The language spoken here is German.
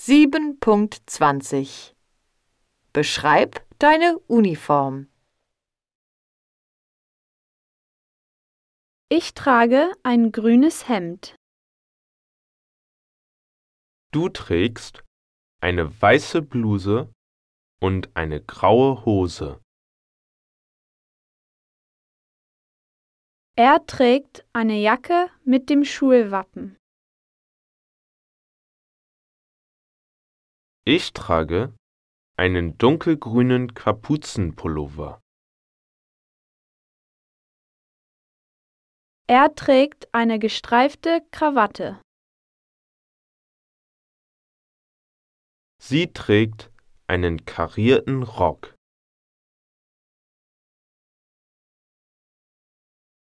7.20 Beschreib deine Uniform. Ich trage ein grünes Hemd. Du trägst eine weiße Bluse und eine graue Hose. Er trägt eine Jacke mit dem Schulwappen. Ich trage einen dunkelgrünen Kapuzenpullover. Er trägt eine gestreifte Krawatte. Sie trägt einen karierten Rock.